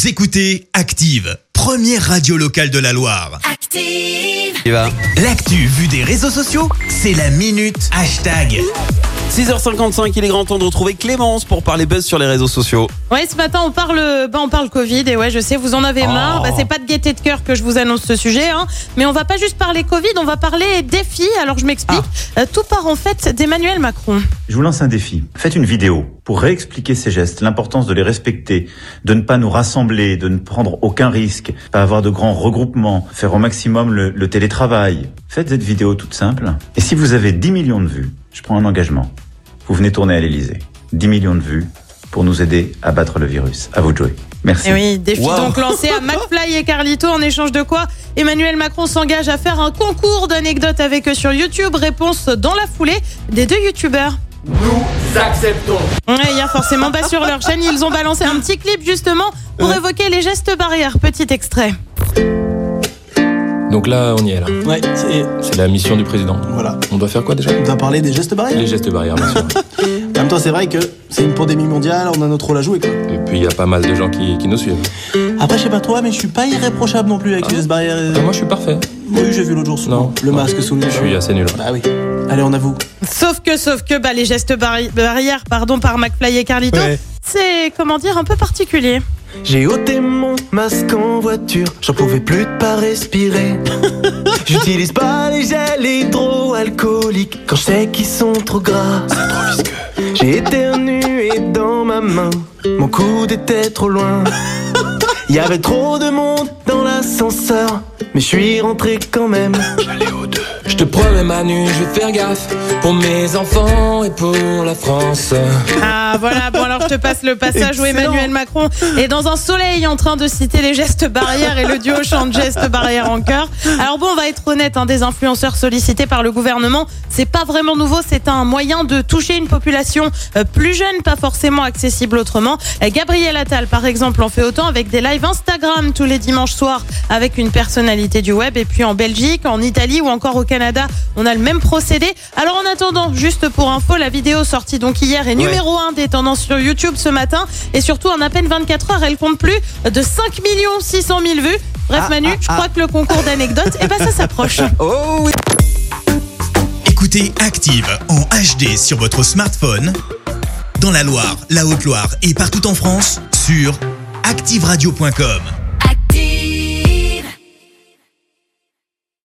Vous écoutez Active, première radio locale de la Loire. Active. L'actu vue des réseaux sociaux, c'est la minute hashtag. 6h55, il est grand temps de retrouver Clémence pour parler buzz sur les réseaux sociaux. Ouais, ce matin on parle Covid et ouais, je sais, vous en avez marre. C'est pas de gaieté de cœur que je vous annonce ce sujet, mais on va pas juste parler Covid, on va parler défi. Alors je m'explique. Tout part en fait d'Emmanuel Macron. Je vous lance un défi. Faites une vidéo pour réexpliquer ces gestes, l'importance de les respecter, de ne pas nous rassembler, de ne prendre aucun risque, pas avoir de grands regroupements, faire au maximum le télétravail. Faites cette vidéo toute simple. Et si vous avez 10 millions de vues, je prends un engagement. Vous venez tourner à l'Elysée. 10 millions de vues pour nous aider à battre le virus. À vous de jouer. Merci. Et oui, défi donc lancé à McFly et Carlito, en échange de quoi Emmanuel Macron s'engage à faire un concours d'anecdotes avec eux sur YouTube. Réponse dans la foulée des deux youtubeurs. Nous acceptons. Hier, forcément, sur leur chaîne, ils ont balancé un petit clip justement pour évoquer les gestes barrières. Petit extrait. Donc là, on y est là. Ouais, C'est la mission du président. Voilà. On doit faire quoi déjà? On doit parler des gestes barrières. Les gestes barrières, bien sûr. En même temps, c'est vrai que c'est une pandémie mondiale, on a notre rôle à jouer, quoi. Et puis il y a pas mal de gens qui nous suivent. Après, je sais pas toi, mais je suis pas irréprochable non plus avec les gestes barrières. Moi, je suis parfait. Oui, j'ai vu l'autre jour souvent. Non. Le masque sous le nez. Je suis assez nul. Bah oui. Allez, on avoue. Sauf que les gestes barrières par McFly et Carlito, c'est, comment dire, un peu particulier. J'ai ôté mon masque en voiture, j'en pouvais plus de pas respirer. J'utilise pas les gels hydroalcooliques quand je sais qu'ils sont trop gras. C'est trop visqueux. J'ai éternué dans ma main, mon coude était trop loin. Il y avait trop de monde dans l'ascenseur, mais je suis rentré quand même. J'allais aux deux. Je te promets Manu, je vais faire gaffe pour mes enfants et pour la France. Ah voilà, bon alors je te passe le passage où Emmanuel Macron est dans un soleil en train de citer les gestes barrières et le duo chante gestes barrières en chœur. Alors bon, on va être honnête, des influenceurs sollicités par le gouvernement, c'est pas vraiment nouveau, c'est un moyen de toucher une population plus jeune, pas forcément accessible autrement. Gabriel Attal par exemple en fait autant avec des lives Instagram tous les dimanches soirs avec une personnalité du web. Et puis en Belgique, en Italie ou encore au Canada, on a le même procédé. Alors en attendant, juste pour info, la vidéo sortie donc hier est numéro 1 des tendances sur YouTube ce matin. Et surtout en à peine 24 heures, elle compte plus de 5 600 000 vues. Bref Manu, je crois que le concours d'anecdotes, ça s'approche. Oh oui. Écoutez Active en HD sur votre smartphone, dans la Loire, la Haute-Loire et partout en France, sur activeradio.com.